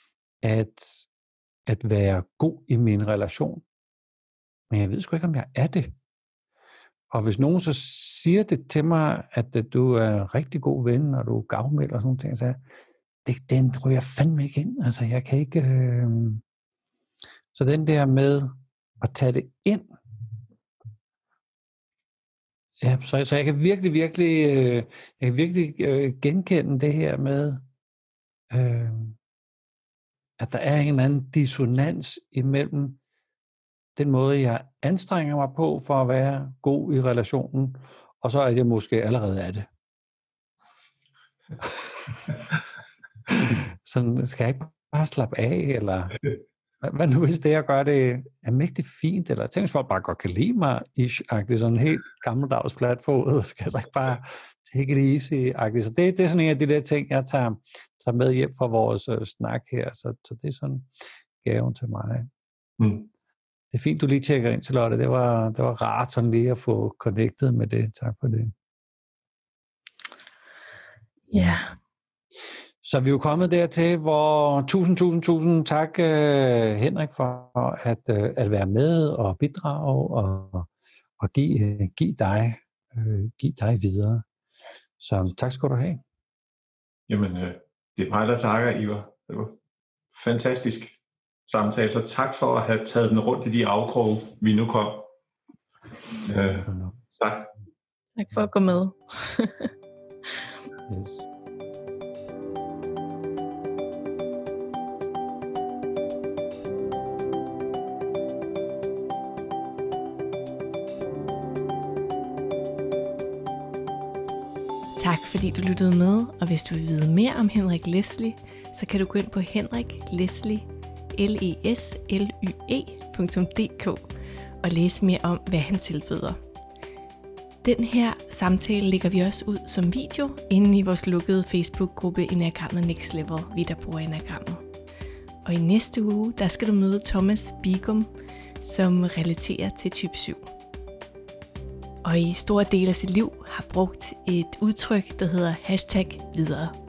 at være god i min relation. Men jeg ved sgu ikke, om jeg er det. Og hvis nogen så siger det til mig, at du er en rigtig god ven, og du er gavmild og sådan nogle ting, så den ryger jeg fandme ikke ind. Altså jeg kan ikke... Så den der med at tage det ind, ja, så jeg kan virkelig genkende det her med, at der er en eller anden dissonans imellem den måde, jeg anstrenger mig på for at være god i relationen, og så at jeg måske allerede er det. Så skal jeg ikke bare slappe af, eller hvad nu hvis det, jeg gør det, er mægtig fint, eller tænk, hvis folk bare godt kan lide mig, ish-agtigt, sådan helt gammeldags platformet, skal jeg så ikke bare take it easy-agtigt. Så det er sådan en af de der ting, jeg tager med hjem fra vores snak her, så det er sådan gaven til mig. Det er fint, du lige tjekker ind, Charlotte. Det var rart sådan lige at få connectet med det. Tak for det. Ja. Så vi er jo kommet dertil, hvor tusind tak, Henrik, for at være med og bidrage og give dig videre. Så tak skal du have. Jamen, det er mig, der takker, Ivar. Det var fantastisk samtale, så tak for at have taget den rundt i de afkroge, vi nu kom. Tak. Tak for at gå med. Yes. Tak fordi du lyttede med, og hvis du vil vide mere om Henrik Leslie, så kan du gå ind på henrikleslie.dk og læse mere om, hvad han tilbyder. Den her samtale lægger vi også ud som video inde i vores lukkede Facebook-gruppe Enneagrammet Next Level, vi der bruger Enneagrammet. Og i næste uge, der skal du møde Thomas Bigum, som relaterer til type 7. Og i store dele af sit liv har brugt et udtryk, der hedder #videre.